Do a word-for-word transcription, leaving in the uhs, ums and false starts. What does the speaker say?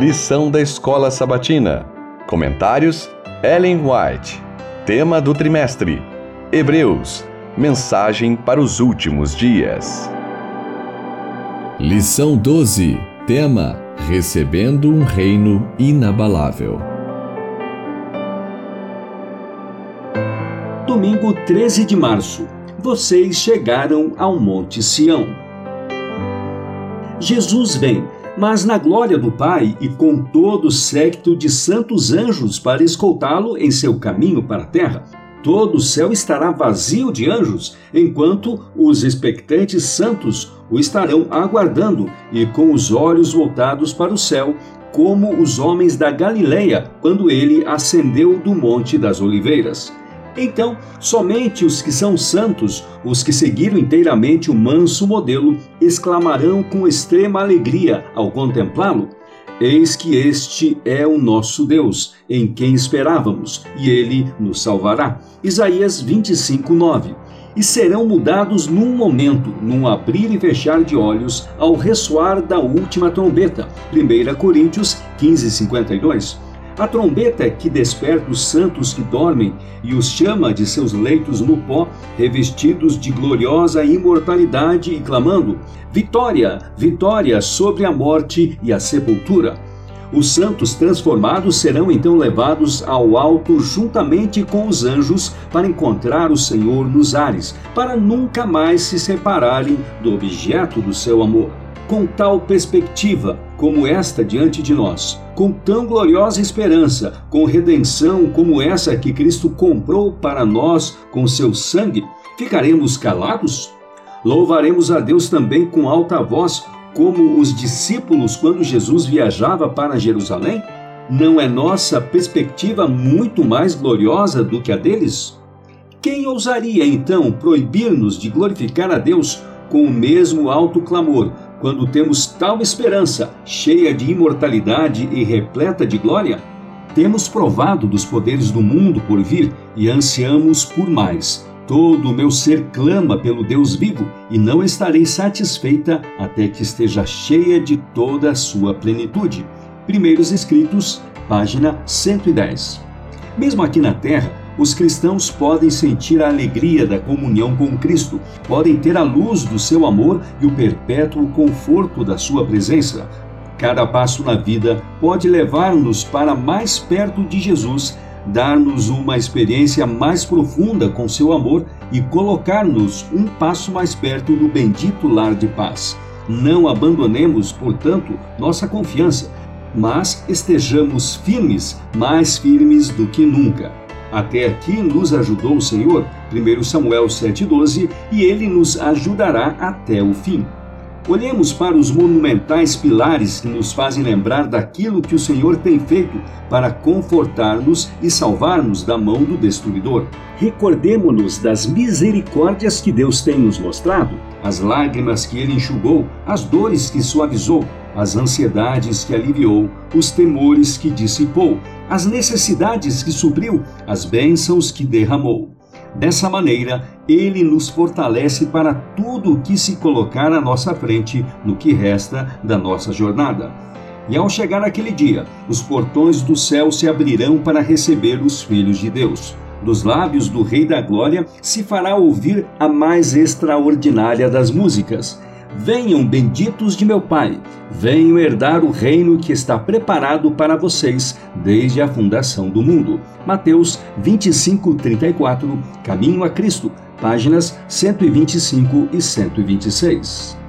Lição da Escola Sabatina. Comentários: Ellen White. Tema do trimestre: Hebreus. Mensagem para os últimos dias. Lição doze. Tema: Recebendo um reino inabalável. Domingo treze de março. Vocês chegaram ao Monte Sião. Jesus vem, mas na glória do Pai e com todo o séquito de santos anjos para escoltá-lo em seu caminho para a terra. Todo o céu estará vazio de anjos, enquanto os expectantes santos o estarão aguardando e com os olhos voltados para o céu, como os homens da Galileia, quando ele ascendeu do Monte das Oliveiras. Então, somente os que são santos, os que seguiram inteiramente o manso modelo, exclamarão com extrema alegria ao contemplá-lo: Eis que este é o nosso Deus, em quem esperávamos, e ele nos salvará. Isaías vinte e cinco, nove. E serão mudados num momento, num abrir e fechar de olhos, ao ressoar da última trombeta. primeira Coríntios quinze, cinquenta e dois. A trombeta que desperta os santos que dormem e os chama de seus leitos no pó, revestidos de gloriosa imortalidade e clamando: Vitória, vitória sobre a morte e a sepultura. Os santos transformados serão então levados ao alto juntamente com os anjos para encontrar o Senhor nos ares, para nunca mais se separarem do objeto do seu amor. Com tal perspectiva como esta diante de nós, com tão gloriosa esperança, com redenção como essa que Cristo comprou para nós com seu sangue, ficaremos calados? Louvaremos a Deus também com alta voz, como os discípulos quando Jesus viajava para Jerusalém? Não é nossa perspectiva muito mais gloriosa do que a deles? Quem ousaria então proibir-nos de glorificar a Deus com o mesmo alto clamor, quando temos tal esperança, cheia de imortalidade e repleta de glória? Temos provado dos poderes do mundo por vir e ansiamos por mais. Todo o meu ser clama pelo Deus vivo e não estarei satisfeita até que esteja cheia de toda a sua plenitude. Primeiros Escritos, página cento e dez. Mesmo aqui na terra, os cristãos podem sentir a alegria da comunhão com Cristo, podem ter a luz do seu amor e o perpétuo conforto da sua presença. Cada passo na vida pode levar-nos para mais perto de Jesus, dar-nos uma experiência mais profunda com seu amor e colocar-nos um passo mais perto do bendito lar de paz. Não abandonemos, portanto, nossa confiança, mas estejamos firmes, mais firmes do que nunca. Até aqui nos ajudou o Senhor, primeiro Samuel sete, doze, e Ele nos ajudará até o fim. Olhemos para os monumentais pilares que nos fazem lembrar daquilo que o Senhor tem feito para confortar-nos e salvar-nos da mão do destruidor. Recordemo-nos das misericórdias que Deus tem nos mostrado, as lágrimas que Ele enxugou, as dores que suavizou, as ansiedades que aliviou, os temores que dissipou, as necessidades que supriu, as bênçãos que derramou. Dessa maneira, Ele nos fortalece para tudo o que se colocar à nossa frente no que resta da nossa jornada. E ao chegar aquele dia, os portões do céu se abrirão para receber os filhos de Deus. Dos lábios do Rei da Glória se fará ouvir a mais extraordinária das músicas. Venham, benditos de meu Pai, venham herdar o reino que está preparado para vocês desde a fundação do mundo. Mateus vinte e cinco, trinta e quatro, Caminho a Cristo, páginas cento e vinte e cinco e cento e vinte e seis.